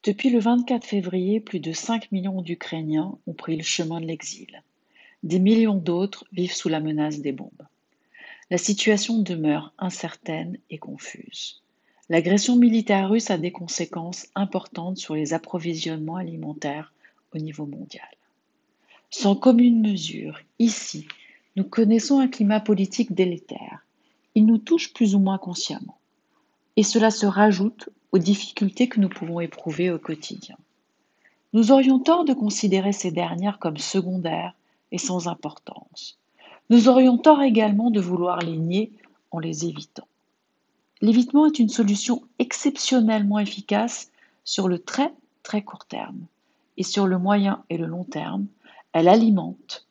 Depuis le 24 février, plus de 5 millions d'Ukrainiens ont pris le chemin de l'exil. Des millions d'autres vivent sous la menace des bombes. La situation demeure incertaine et confuse. L'agression militaire russe a des conséquences importantes sur les approvisionnements alimentaires au niveau mondial. Sans commune mesure, ici, nous connaissons un climat politique délétère. Il nous touche plus ou moins consciemment. Et cela se rajoute aux difficultés que nous pouvons éprouver au quotidien. Nous aurions tort de considérer ces dernières comme secondaires et sans importance. Nous aurions tort également de vouloir les nier en les évitant. L'évitement est une solution exceptionnellement efficace sur le très très court terme. Et sur le moyen et le long terme, elle alimente,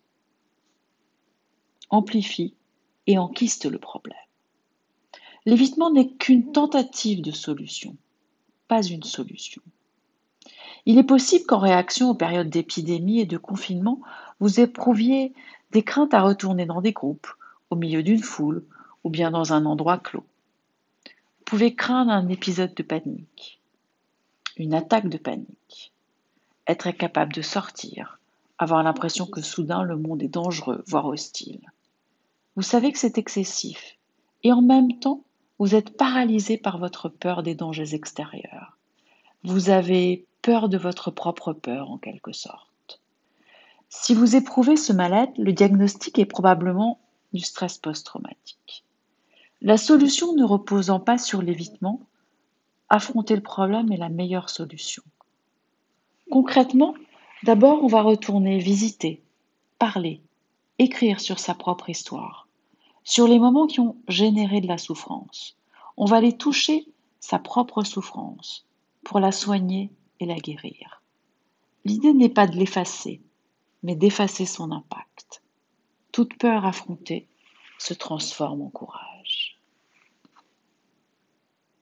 amplifie et enquiste le problème. L'évitement n'est qu'une tentative de solution, pas une solution. Il est possible qu'en réaction aux périodes d'épidémie et de confinement, vous éprouviez des craintes à retourner dans des groupes, au milieu d'une foule ou bien dans un endroit clos. Vous pouvez craindre un épisode de panique, une attaque de panique, être incapable de sortir, avoir l'impression que soudain le monde est dangereux, voire hostile. Vous savez que c'est excessif et en même temps, vous êtes paralysé par votre peur des dangers extérieurs. Vous avez peur de votre propre peur en quelque sorte. Si vous éprouvez ce mal-être, le diagnostic est probablement du stress post-traumatique. La solution ne reposant pas sur l'évitement, affronter le problème est la meilleure solution. Concrètement, d'abord on va retourner visiter, parler, écrire sur sa propre histoire, sur les moments qui ont généré de la souffrance. On va aller toucher sa propre souffrance pour la soigner et la guérir. L'idée n'est pas de l'effacer, mais d'effacer son impact. Toute peur affrontée se transforme en courage.